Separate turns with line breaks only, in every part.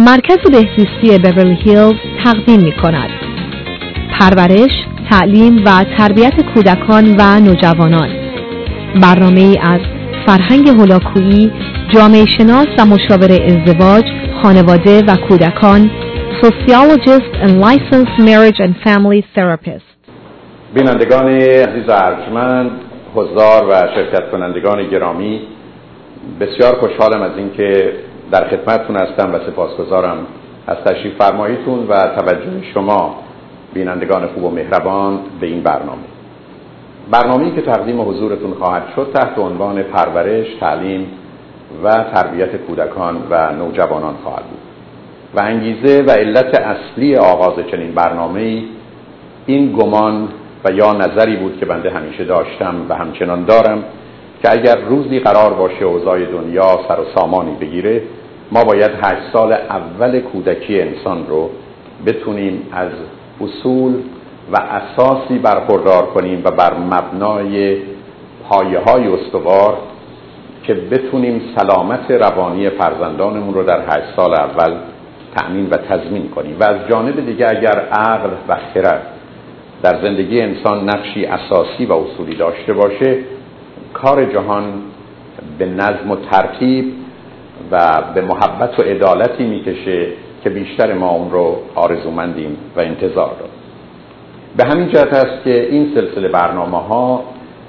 مرکز بهزیستی بیورلی هیلز تقدیم می‌کند. پرورش، تعلیم و تربیت کودکان و نوجوانان. برنامه‌ای از فرهنگ هولاکویی، جامعه شناس و مشاور ازدواج، خانواده و کودکان، sociologist and licensed marriage and family therapist.
بینندگان عزیز و ارجمند، حضار و شرکت کنندگان گرامی، بسیار خوشحالم از اینکه در خدمتتون هستم و سپاسگزارم از تشریف فرماییتون و توجه شما بینندگان خوب و مهربان به این برنامه‌ای که تقدیم حضورتون خواهد شد تحت عنوان پرورش، تعلیم و تربیت کودکان و نوجوانان خواهد بود. و انگیزه و علت اصلی آغاز چنین برنامه‌ای این گمان و یا نظری بود که بنده همیشه داشتم و همچنان دارم که اگر روزی قرار باشه اوضاع دنیا سر و سامانی بگیره، ما باید 8 سال اول کودکی انسان رو بتونیم از اصول و اساسی برخوردار کنیم و بر مبنای پایه‌های استوار که بتونیم سلامت روانی فرزندانمون رو در 8 سال اول تأمین و تضمین کنیم. و از جانب دیگه اگر عقل و خرد در زندگی انسان نقشی اساسی و اصولی داشته باشه، کار جهان به نظم و ترتیب و به محبت و عدالتی میکشه که بیشتر ما اون رو آرزومندیم و انتظار داریم. به همین جهت است که این سلسله برنامه‌ها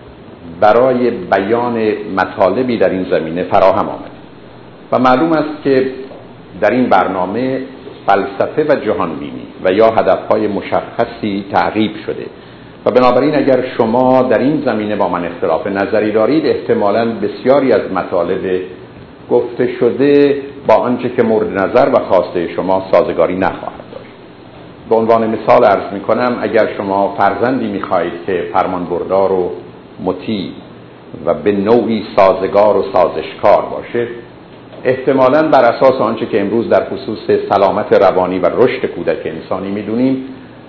برای بیان مطالبی در این زمینه فراهم آمده و معلوم است که در این برنامه فلسفه و جهانبینی و یا هدفهای مشخصی تعقیب شده و بنابراین اگر شما در این زمینه با من اختلاف نظری دارید، احتمالاً بسیاری از مطالب گفته شده با آنچه که مورد نظر و خواسته شما سازگاری نخواهد داشت. به عنوان مثال عرض می‌کنم اگر شما فرزندی می‌خواهید که فرمانبردار و مطیع و به نوعی سازگار و سازشکار باشه، احتمالاً بر اساس آنچه که امروز در خصوص سلامت روانی و رشد کودک انسانی می‌دونیم،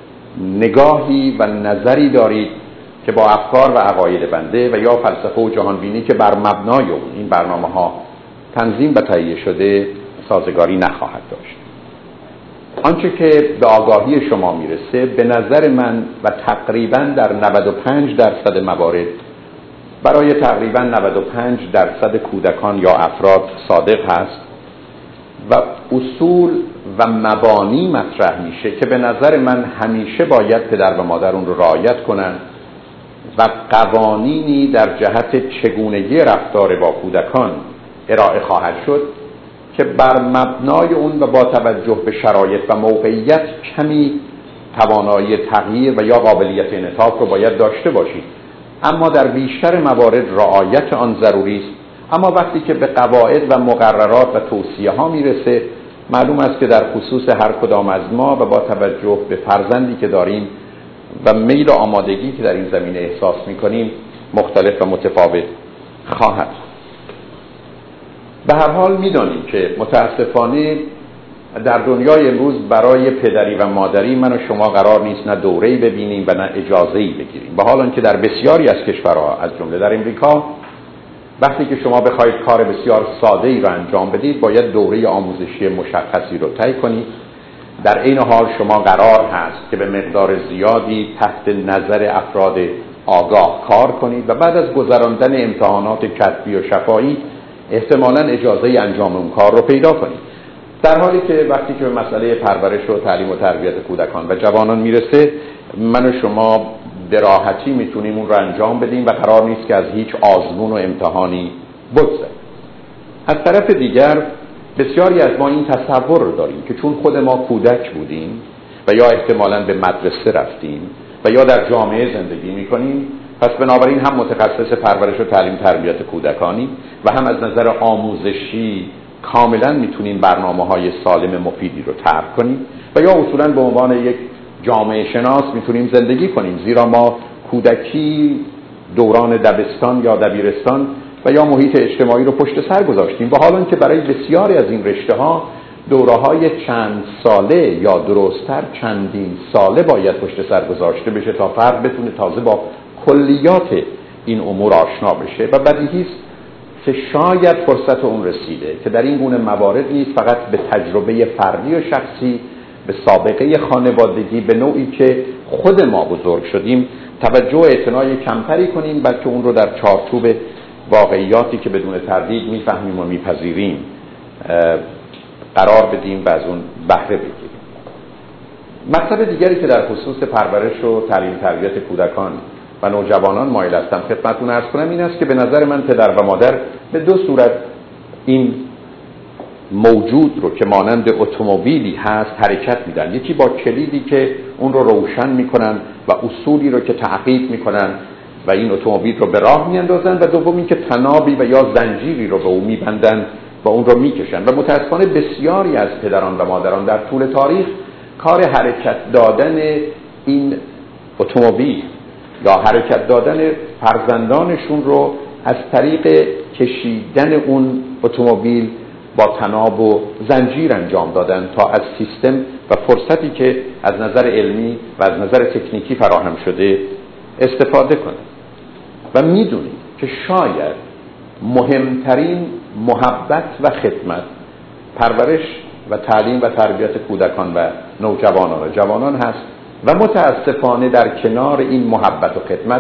نگاهی و نظری دارید که با افکار و عقاید بنده و یا فلسفه و جهانبینی که بر مبنای این برنامه‌ها تنظیم و تهیه شده سازگاری نخواهد داشت. آنچه که به آگاهی شما میرسه به نظر من و تقریباً در 95% موارد برای تقریباً 95% کودکان یا افراد صادق هست و اصول و مبانی مطرح میشه که به نظر من همیشه باید پدر و مادر اون رو رعایت کنن و قوانینی در جهت چگونگی رفتار با کودکان ارائه خواهد شد که بر مبنای اون و با توجه به شرایط و موقعیت کمی توانایی تغییر و یا قابلیت انعطاف رو باید داشته باشید، اما در بیشتر موارد رعایت آن ضروری است. اما وقتی که به قواعد و مقررات و توصیه ها میرسه، معلوم است که در خصوص هر کدام از ما و با توجه به فرزندی که داریم و میل و آمادگی که در این زمینه احساس میکنیم مختلف و متفاوت خواهد. به هر حال میدانیم که متاسفانه در دنیای امروز برای پدری و مادری من و شما قرار نیست نه دوره‌ای ببینیم و نه اجازه‌ای بگیریم، به حال آنکه در بسیاری از کشورها از جمله در امریکا وقتی که شما بخواید کار بسیار ساده‌ای را انجام بدید باید دوره آموزشی مشخصی رو طی کنید. در این حال شما قرار هست که به مقدار زیادی تحت نظر افراد آگاه کار کنید و بعد از گذراندن امتحانات کتبی و شفاهی احتمالاً اجازه انجام اون کار رو پیدا کنید. در حالی که وقتی که به مسئله پرورش و تعلیم و تربیت کودکان و جوانان میرسه، من و شما به راحتی میتونیم اون رو انجام بدیم و قرار نیست که از هیچ آزمون و امتحانی بگذریم. از طرف دیگر بسیاری از ما این تصور رو داریم که چون خود ما کودک بودیم و یا احتمالاً به مدرسه رفتیم و یا در جامعه زندگی میکنیم، پس بنابراین هم متخصص پرورش و تعلیم تربیت کودکانی و هم از نظر آموزشی کاملاً میتونیم برنامه‌های سالم مفیدی رو طرح کنیم و یا اصولاً به عنوان یک جامعه شناس میتونیم زندگی کنیم، زیرا ما کودکی، دوران دبستان یا دبیرستان و یا محیط اجتماعی رو پشت سر گذاشتیم. و حالا که برای بسیاری از این رشته‌ها دوره‌های چند ساله یا درست‌تر چندین ساله باید پشت سر گذاشته بشه تا فرد بتونه تازه با کلیات این امور آشنا بشه و بدیهی است که شاید فرصت اون رسیده که در این گونه موارد نیست فقط به تجربه فردی و شخصی، به سابقه خانوادگی، به نوعی که خود ما بزرگ شدیم توجه و اعتنای کمتری کنیم، بلکه اون رو در چارچوب واقعیاتی که بدون تردید میفهمیم و میپذیریم قرار بدیم و از اون بهره بگیریم. مطلب دیگری که در خصوص پرورش و تعلیم تربیت کودکان و نوجوانان مایل هستم خدمتتون عرض کنم این است که به نظر من پدر و مادر به دو صورت این موجود رو که مانند اتومبیلی هست حرکت میدن. یکی با کلیدی که اون رو روشن میکنن و اصولی رو که تعقیب میکنن و این اتومبیل رو به راه میاندازن، و دوم این که تنابی و یا زنجیری رو به اون میبندن و اون رو میکشن. و متاسفانه بسیاری از پدران و مادران در طول تاریخ کار حرکت دادن این اتومبیل یا حرکت دادن فرزندانشون رو از طریق کشیدن اون اتومبیل با تناب و زنجیر انجام دادن تا از سیستم و فرصتی که از نظر علمی و از نظر تکنیکی فراهم شده استفاده کنند. و میدونیم که شاید مهمترین محبت و خدمت پرورش و تعلیم و تربیت کودکان و نوجوانان و جوانان هست و متاسفانه در کنار این محبت و خدمت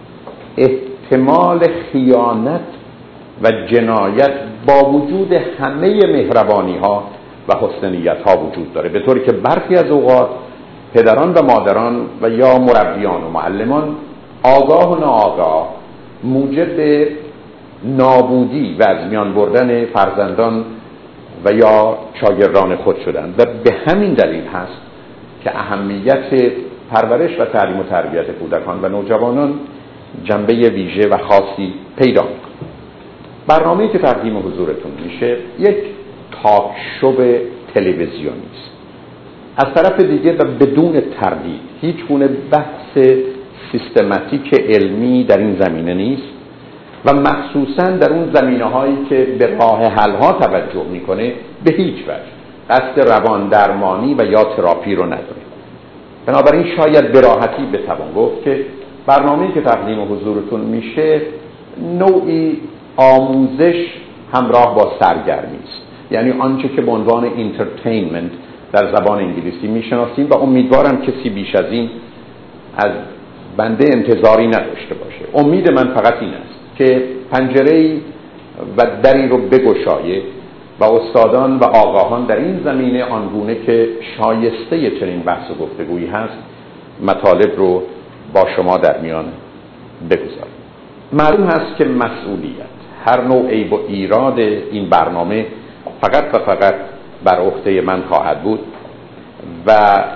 احتمال خیانت و جنایت با وجود همه مهربانی ها و حسن نیت ها وجود داره، به طوری که برخی از اوقات پدران و مادران و یا مربیان و معلمان آگاه و ناآگاه موجب نابودی و از میان بردن فرزندان و یا شاگردان خود شدند. و به همین دلیل هست که اهمیت پرورش و تعلیم و تربیت کودکان و نوجوانان جنبه ویژه و خاصی پیدا می‌کند. برنامه‌ای که تقدیم حضورتون میشه یک تاک شو تلویزیونی است. از طرف دیگه و بدون تردید هیچ گونه بحث سیستماتیک علمی در این زمینه نیست و مخصوصاً در اون زمینه‌هایی که به راه حل‌ها توجه میکنه به هیچ وجه قصد روان درمانی و یا تراپی رو نداره. بنابراین شاید به راحتی بتوان گفت که برنامه‌ای که تقدیم حضورتون میشه نوعی آموزش همراه با سرگرمی است، یعنی آنچه که به عنوان انترتینمنت در زبان انگلیسی میشناسیم، و امیدوارم کسی بیش از این از بنده انتظاری نداشته باشه. امید من فقط این است که پنجره‌ای و دری رو بگشایه و استادان و آگاهان در این زمینه آنگونه که شایسته چنین بحث و گفتگویی هست مطالب رو با شما در میان بگذاریم. معلوم هست که مسئولیت هر نوع عیب و ایراد این برنامه فقط و فقط بر عهده من خواهد بود و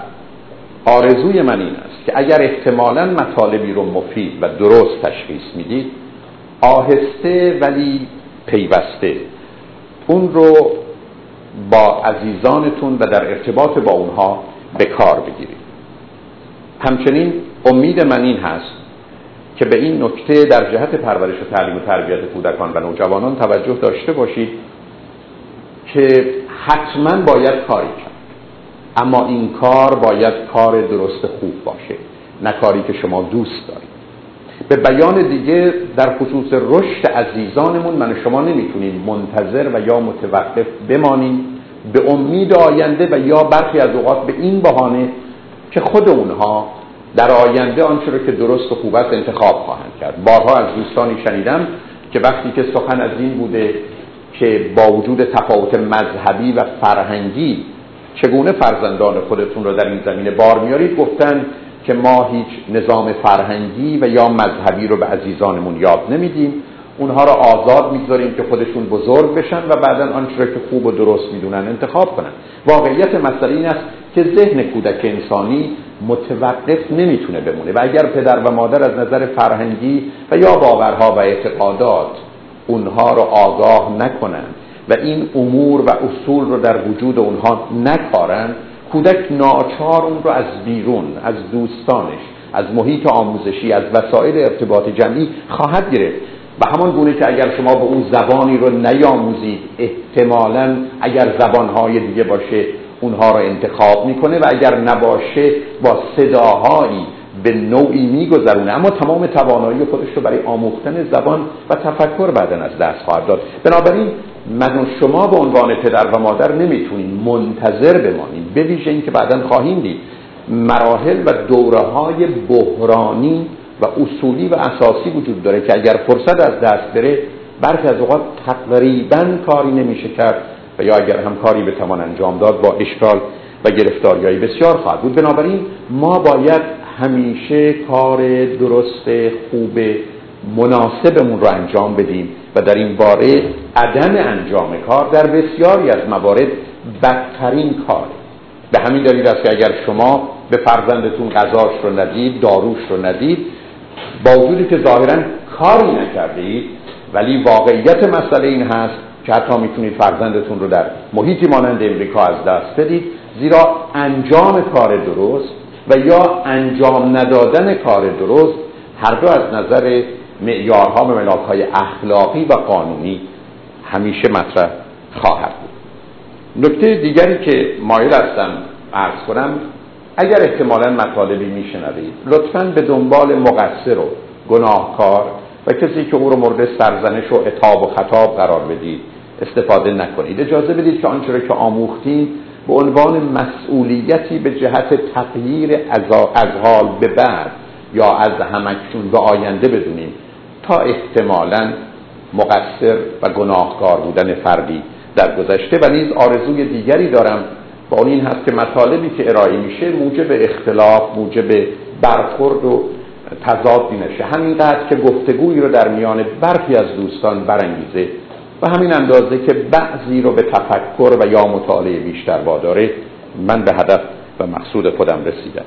آرزوی من این است که اگر احتمالاً مطالبی رو مفید و درست تشخیص میدید آهسته ولی پیوسته اون رو با عزیزانتون و در ارتباط با اونها به کار بگیرید. همچنین امید من این هست که به این نکته در جهت پرورش و تعلیم و تربیت کودکان و نوجوانان توجه داشته باشید که حتما باید کاری کرد، اما این کار باید کار درست خوب باشه، نه کاری که شما دوست دارید. به بیان دیگه در خصوص رشد عزیزانمون من و شما نمیتونیم منتظر و یا متوقف بمانیم به امید آینده و یا برخی از اوقات به این بهانه که خود اونها در آینده آنچه رو که درست و خوب است انتخاب خواهند کرد. بارها از دوستانی شنیدم که وقتی که سخن از این بوده که با وجود تفاوت مذهبی و فرهنگی چگونه فرزندان خودتون رو در این زمینه بار میارید، گفتن که ما هیچ نظام فرهنگی و یا مذهبی رو به عزیزانمون یاد نمیدیم، اونها رو آزاد میگذاریم که خودشون بزرگ بشن و بعداً آنچه رو که خوب و درست میدونن انتخاب کنن. واقعیت مسئله این است که ذهن کودک انسانی متوقف نمیتونه بمونه و اگر پدر و مادر از نظر فرهنگی و یا باورها و اعتقادات اونها رو آگاه نکنن و این امور و اصول رو در وجود اونها نکارن، کودک ناچار اون رو از بیرون، از دوستانش، از محیط آموزشی، از وسایل ارتباط جمعی خواهد گرفت. و همان گونه که اگر شما به اون زبانی رو نیاموزید احتمالاً اگر زبانهای دیگه باشه اونها رو انتخاب میکنه و اگر نباشه با صداهایی به نوعی میگذرونه، اما تمام توانایی خودش رو برای آموختن زبان و تفکر بعداً از دست خواهد داد. بنابراین من و شما به عنوان پدر و مادر نمیتونیم منتظر بمانیم، به ویژه اینکه بعداً خواهیم دید مراحل و دوره‌های بحرانی و اصولی و اساسی وجود داره که اگر فرصت از دست بره برخی از اوقات تقریباً کاری نمیشه کرد و یا اگر هم کاری بتوان انجام داد با اشکال و گرفتاری‌های بسیار خواهد بود. بنابراین ما باید همیشه کار درست، خوب، مناسبمون رو انجام بدیم و در این باره عدم انجام کار در بسیاری از موارد بدترین کاره. به همین دلیل است که اگر شما به فرزندتون غذاش رو ندید، داروش رو ندید، با وجودی که ظاهراً کاری نکردید، ولی واقعیت مسئله این هست که حتی میتونید فرزندتون رو در محیطی مانند امریکا از دست بدید، زیرا انجام کار درست و یا انجام ندادن کار درست هر دو از نظر معیارها و ملاک‌های اخلاقی و قانونی همیشه مطرح خواهد بود. نکته دیگری که مایل هستم عرض کنم، اگر احتمالاً مطالبی میشنوید لطفاً به دنبال مقصر و گناهکار و کسی که او رو مورد سرزنش و عتاب و خطاب قرار بدید استفاده نکنید. اجازه بدید که آنچه را که آموختیم به عنوان مسئولیتی به جهت تغییر از حال به بعد یا از همکنون به آینده بدونیم تا احتمالاً مقصر و گناهکار بودن فردی در گذشته. و نیز آرزوی دیگری دارم و اون این هست که مطالبی که ارائه میشه موجب اختلاف، موجب برخورد و تضادی نشه، همینقدر که گفتگویی رو در میان برخی از دوستان برانگیزه و همین اندازه که بعضی رو به تفکر و یا مطالعه بیشتر واداره. من به هدف و مقصود خودم رسیدم،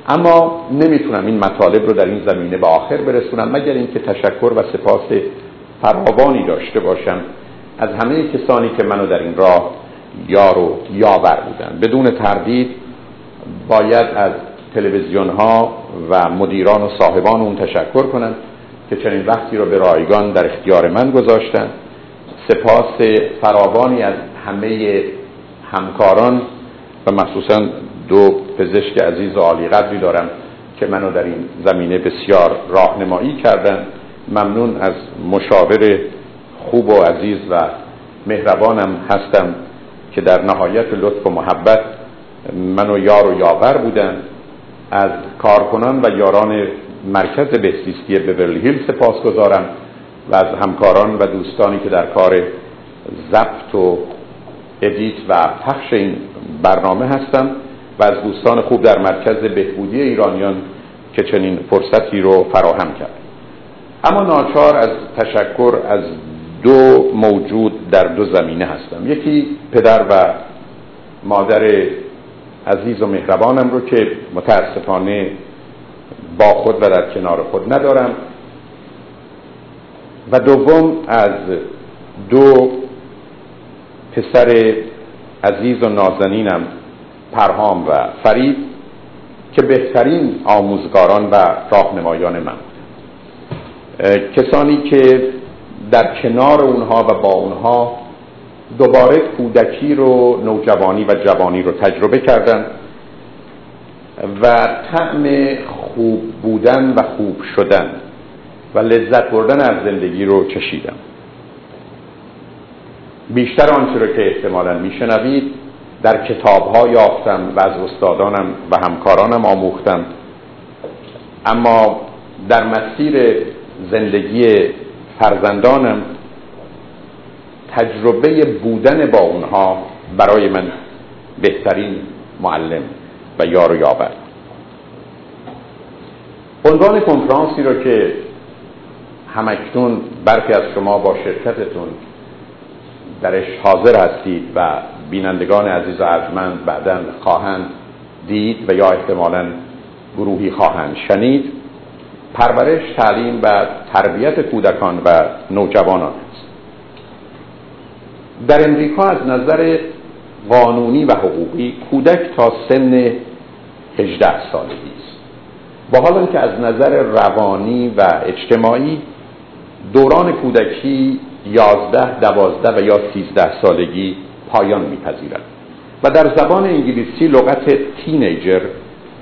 اما نمیتونم این مطالب رو در این زمینه به آخر برسونم مگر اینکه تشکر و سپاس فراوانی داشته باشم از همه کسانی که منو در این راه یار و یاور بودن. بدون تردید باید از تلویزیون ها و مدیران و صاحبان اون تشکر کنم که چنین وقتی رو به رایگان در اختیار من گذاشتن. سپاس فراوانی از همه همکاران و مخصوصا دو پزشک عزیز و عالی قدری دارم که منو در این زمینه بسیار راهنمایی کردن. ممنون از مشاور خوب و عزیز و مهربانم هستم که در نهایت لطف و محبت منو یار و یاور بودن. از کارکنان و یاران مرکز بهزیستی بیورلی هیل سپاسگزارم و از همکاران و دوستانی که در کار ضبط و ادیت و پخش این برنامه هستم و از دوستان خوب در مرکز بهبودی ایرانیان که چنین فرصتی رو فراهم کرد. اما ناچار از تشکر از دو موجود در دو زمینه هستم. یکی پدر و مادر عزیز و مهربانم رو که متاسفانه با خود و در کنار خود ندارم، و دوم از دو پسر عزیز و نازنینم پرهام و فرید که بهترین آموزگاران و راهنمایان من بودند. کسانی که در کنار اونها و با اونها دوباره کودکی رو، نوجوانی و جوانی رو تجربه کردن و طعم خوب بودن و خوب شدن و لذت بردن از زندگی رو چشیدم. بیشتر آنچه رو که احتمالاً میشنوید در کتاب‌ها یافتم و از استادانم و همکارانم آموختم، اما در مسیر زندگی فرزندانم تجربه بودن با اونها برای من بهترین معلم و یار و یاور. عنوان کنفرانسی رو که همکنون برخی از شما با شرکتتون درش حاضر هستید و بینندگان عزیز و ارجمند بعداً خواهند دید و یا احتمالاً گروهی خواهند شنید، پرورش، تعلیم و تربیت کودکان و نوجوانان است. در امریکا از نظر قانونی و حقوقی کودک تا سن 18 سالگی است، با حال که از نظر روانی و اجتماعی دوران کودکی 11, 12 و یا 13 سالگی پایان می‌پذیرد و در زبان انگلیسی لغت تینیجر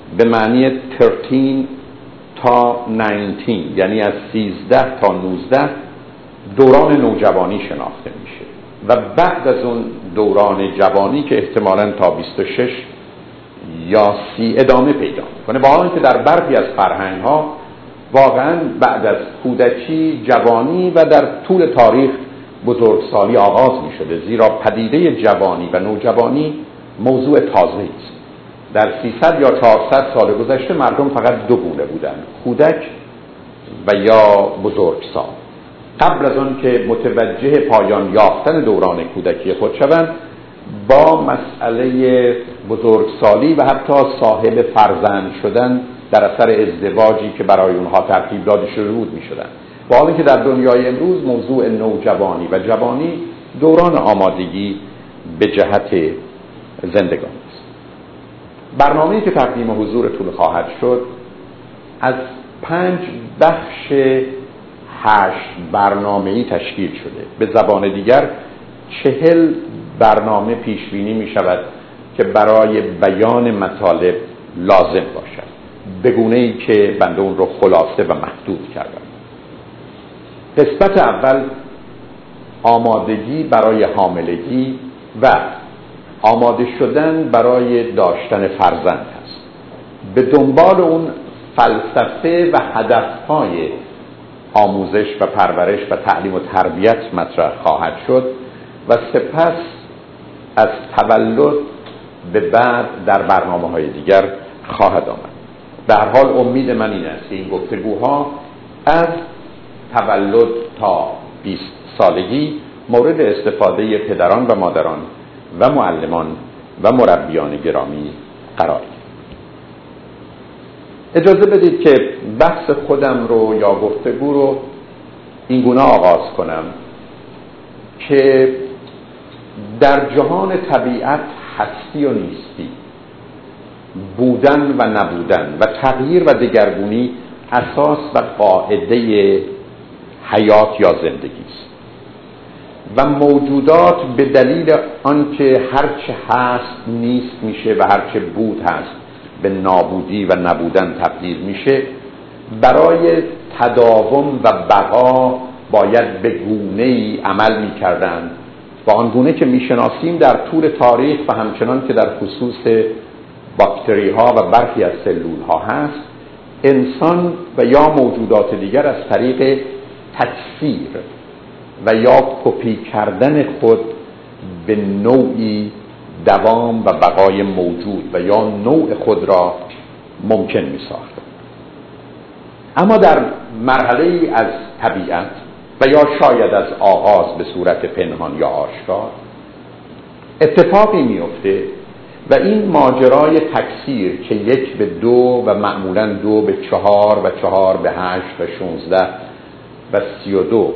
به معنی 13 تا 19، یعنی از 13 تا 19 دوران نوجوانی شناخته میشه و بعد از اون دوران جوانی که احتمالاً تا 26 یا 30 ادامه پیدا میکنه. با آنکه در برخی از فرهنگ‌ها واقعاً بعد از کودکی، جوانی و در طول تاریخ بزرگسالی آغاز می‌شده، زیرا پدیده جوانی و نوجوانی موضوع تازه‌ای است. در 300 یا 400 سال گذشته مردم فقط دو گونه بودند: کودک و یا بزرگسال. قبل از آن که متوجه پایان یافتن دوران کودکی خود شوند، با مسئله بزرگسالی و حتی صاحب فرزند شدن در اثر ازدواجی که برای اونها ترتیب داده شده بود می‌شدند. با حالی که در دنیای امروز موضوع نوجوانی و جوانی دوران آمادگی به جهت زندگانی است. برنامه‌ای که تقدیم حضورتون خواهد شد از 5 بخش 8 برنامه‌ای تشکیل شده. به زبان دیگر 40 برنامه پیش بینی می شود که برای بیان مطالب لازم باشد، به گونه‌ای که بنده اون رو خلاصه و محدود کردم. قسمت اول آمادگی برای حاملگی و آماده شدن برای داشتن فرزند است. به دنبال اون فلسفه و هدفهای آموزش و پرورش و تعلیم و تربیت مطرح خواهد شد و سپس از تولد به بعد در برنامه‌های دیگر خواهد آمد. به هر حال امید من این است که این گفتگوها از تولد تا 20 سالگی مورد استفاده پدران و مادران و معلمان و مربیان گرامی قرار گیرد. اجازه بدید که بحث خودم رو یا گفتگو رو این گونه آغاز کنم که در جهان طبیعت هستی و نیستی، بودن و نبودن و تغییر و دگرگونی اساس و قاعده حیات یا زندگی است و موجودات به دلیل آنکه هرچه هست نیست میشه و هرچه بود هست به نابودی و نبودن تبدیل میشه، برای تداوم و بقا باید به گونه‌ای عمل میکردند و آن گونه که میشناسیم در طول تاریخ و همچنان که در خصوص باکتری ها و برخی از سلول ها هست، انسان و یا موجودات دیگر از طریق تکثیر و یا کپی کردن خود به نوعی دوام و بقای موجود و یا نوع خود را ممکن می ساختند. اما در مرحله از طبیعت و یا شاید از آغاز به صورت پنهان یا آشکار اتفاقی میفته و این ماجرای تکثیر که 1 به 2 و معمولاً 2 به 4 و 4 به 8 و 16 و 32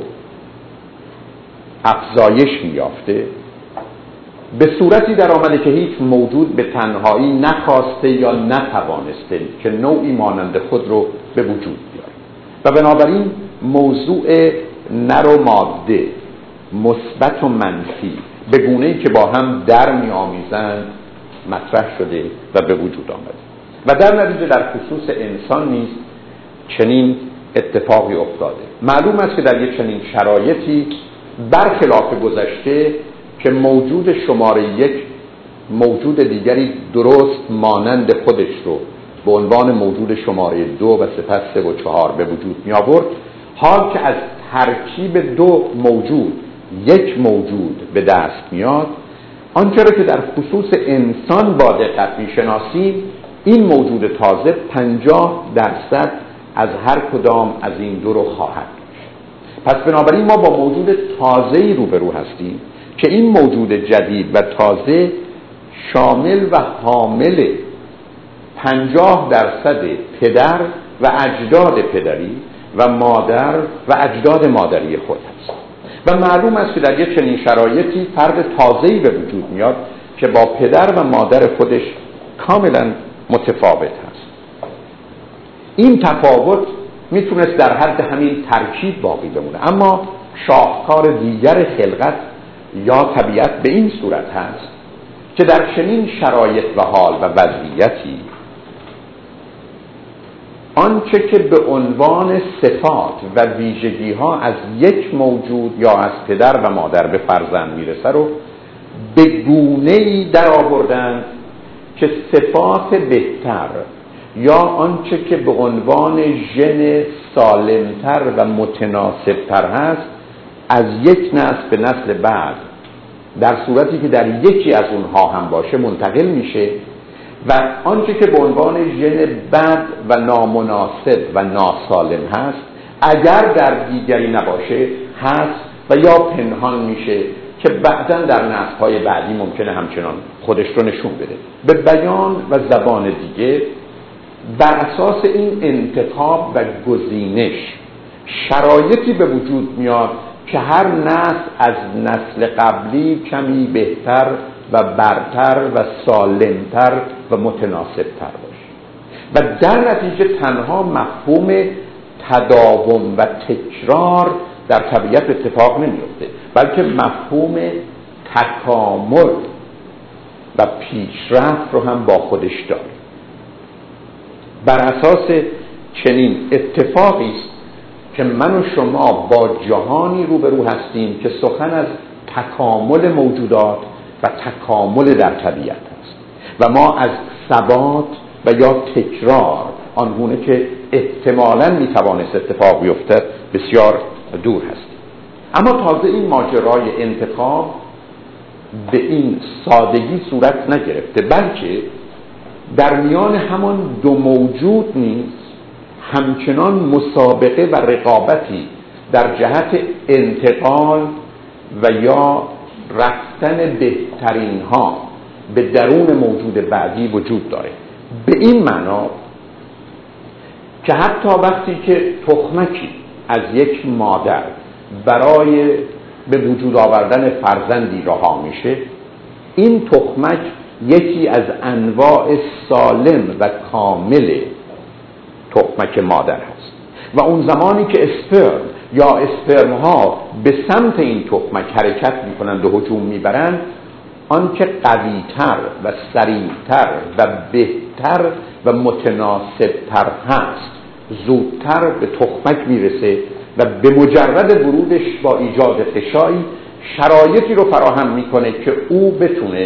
افزایش می‌یافته، به صورتی در آمده که هیچ موجود به تنهایی نخواسته یا نتوانسته که نوعی مانند خود رو به وجود بیاره و بنابراین موضوع نر و ماده، مثبت و منفی، به گونه‌ای که با هم در می‌آمیزند مطرح شده و به وجود آمده و در نتیجه در خصوص انسان نیز چنین اتفاقی افتاده. معلوم است که در یک چنین شرایطی برخلاف گذشته که موجود شماره 1 موجود دیگری درست مانند خودش رو به عنوان موجود شماره 2 و سپس 3 و 4 به وجود می آورد، حال که از ترکیب 2 موجود 1 موجود به دست میاد، آنچه را که در خصوص انسان با دقت می‌شناسیم، این موجود تازه 50% از هر کدام از این 2 رو خواهد داشت. پس بنابراین ما با موجود تازه‌ای روبرو هستیم که این موجود جدید و تازه شامل و حامل 50% پدر و اجداد پدری و مادر و اجداد مادری خود است و معلوم است که در یک چنین شرایطی فرد تازه‌ای به وجود میاد که با پدر و مادر خودش کاملا متفاوت هست. این تفاوت میتونست در حد همین ترکیب باقی بمونه، اما شاهکار دیگر خلقت یا طبیعت به این صورت هست که در چنین شرایط و حال و وضعیتی آنچه که به عنوان صفات و ویژگی ها از یک موجود یا از پدر و مادر به فرزند میرسه رو به گونه‌ای در آوردند که صفات بهتر یا آنچه که به عنوان ژن سالمتر و متناسبتر هست از یک نسل به نسل بعد در صورتی که در یکی از اونها هم باشه منتقل میشه و آنچه که به عنوان ژن بد و نامناسب و ناسالم هست اگر در دیگری نباشه هست و یا پنهان میشه که بعداً در نسل‌های بعدی ممکنه همچنان خودش رو نشون بده. به بیان و زبان دیگه بر اساس این انتخاب و گزینش شرایطی به وجود میاد که هر نسل از نسل قبلی کمی بهتر و برتر و سالمتر و متناسبتر باشه و در نتیجه تنها مفهوم تداوم و تکرار در طبیعت اتفاق نمیفته بلکه مفهوم تکامل و پیشرفت رو هم با خودش داره. بر اساس چنین اتفاقی است که من و شما با جهانی روبرو هستیم که سخن از تکامل موجودات و تکامل در طبیعت است و ما از ثبات و یا تکرار آنگونه که احتمالاً میتوانست اتفاق بیفتد بسیار دور هستیم. اما تازه این ماجرای انتخاب به این سادگی صورت نگرفته بلکه در میان همان دو موجود نیز همچنان مسابقه و رقابتی در جهت انتقال و یا رفتن بهترین ها به درون موجود بعدی وجود داره. به این معنا که حتی وقتی که تخمکی از یک مادر برای به وجود آوردن فرزندی رها میشه این تخمک یکی از انواع سالم و کامل تخمک مادر هست و اون زمانی که اسپرم یا اسپرم ها به سمت این تخمک حرکت میکنند و هجوم میبرند آنچه قویتر و سریعتر و بهتر و متناسبتر هست زودتر به تخمک میرسه و به مجرد ورودش با ایجاد غشایی شرایطی رو فراهم میکنه که او بتونه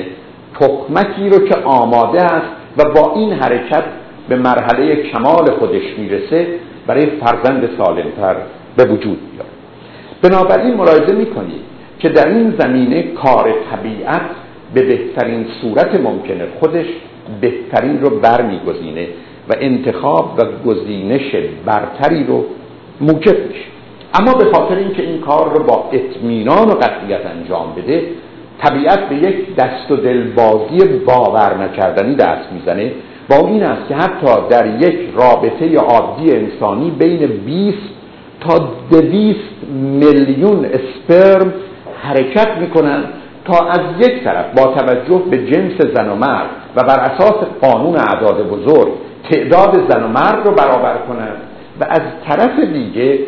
تخمکی رو که آماده است و با این حرکت به مرحله کمال خودش میرسه برای فرزند سالمتر به وجود بیاد. بنابراین ملاحظه میکنید که در این زمینه کار طبیعت به بهترین صورت ممکنه خودش بهترین رو برمیگزینه و انتخاب و گزینش برتری رو موجب میشه. اما به خاطر اینکه این کار رو با اطمینان و قطعیت انجام بده طبیعت به یک دست و دلبازی باور نکردنی دست میزنه با این است که حتی در یک رابطه عادی انسانی بین 20 تا 200 میلیون اسپرم حرکت میکنن تا از یک طرف با توجه به جنس زن و مرد و بر اساس قانون اعداد بزرگ تعداد زن و مرد رو برابر کنن و از طرف دیگه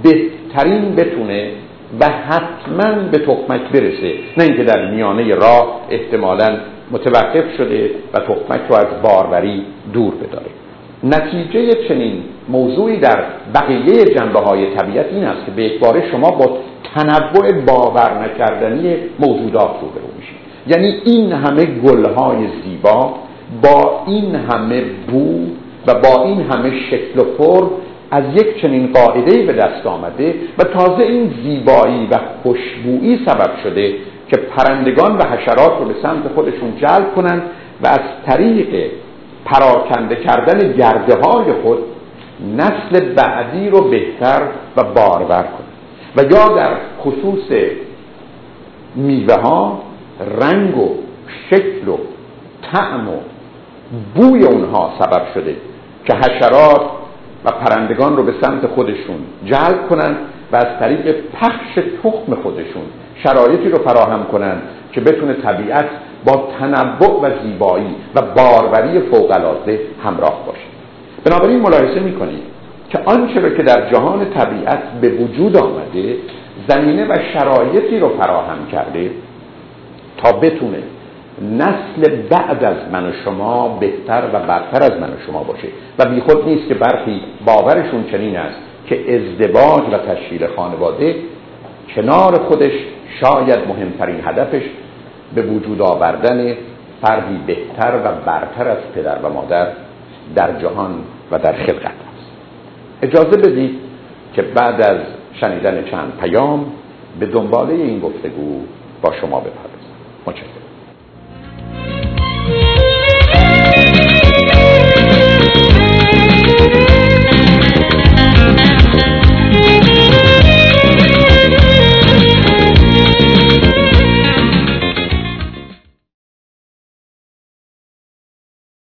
بهترین بتونه و حتما به تخمک برسه، نه اینکه در میانه راه احتمالاً متوقف شده و تخمک رو از باروری دور بداره. نتیجه چنین موضوعی در بقیه جنبه‌های طبیعت این است که به یکباره شما با تنوع باور نکردنی موجودات روبرو میشید. یعنی این همه گل‌های زیبا با این همه بو و با این همه شکل و فرم از یک چنین قاعده‌ای به دست آمده و تازه این زیبایی و خوشبویی سبب شده که پرندگان و حشرات رو به سمت خودشون جلب کنند و از طریق پراکنده کردن گرده‌های خود نسل بعدی رو بهتر و بارور کنند. و یا در خصوص میوه ها رنگ و شکل و طعم و بوی اونها سبب شده که حشرات و پرندگان رو به سمت خودشون جلب کنند و از طریق پخش تخم خودشون شرایطی رو فراهم کنند که بتونه طبیعت با تنوع و زیبایی و باروری فوق‌العاده همراه باشه. بنابراین ملاحظه می‌کنید که آنچه رو که در جهان طبیعت به وجود آمده زمینه و شرایطی رو فراهم کرده تا بتونه نسل بعد از من و شما بهتر و برتر از من و شما باشه و بیخود نیست که برخی باورشون چنین است که ازدواج و تشکیل خانواده کنار خودش شاید مهمترین هدفش به وجود آوردن فردی بهتر و برتر از پدر و مادر در جهان و در خلقت است. اجازه بدید که بعد از شنیدن چند پیام به دنباله این گفتگو با شما بپردازم. متشکرم.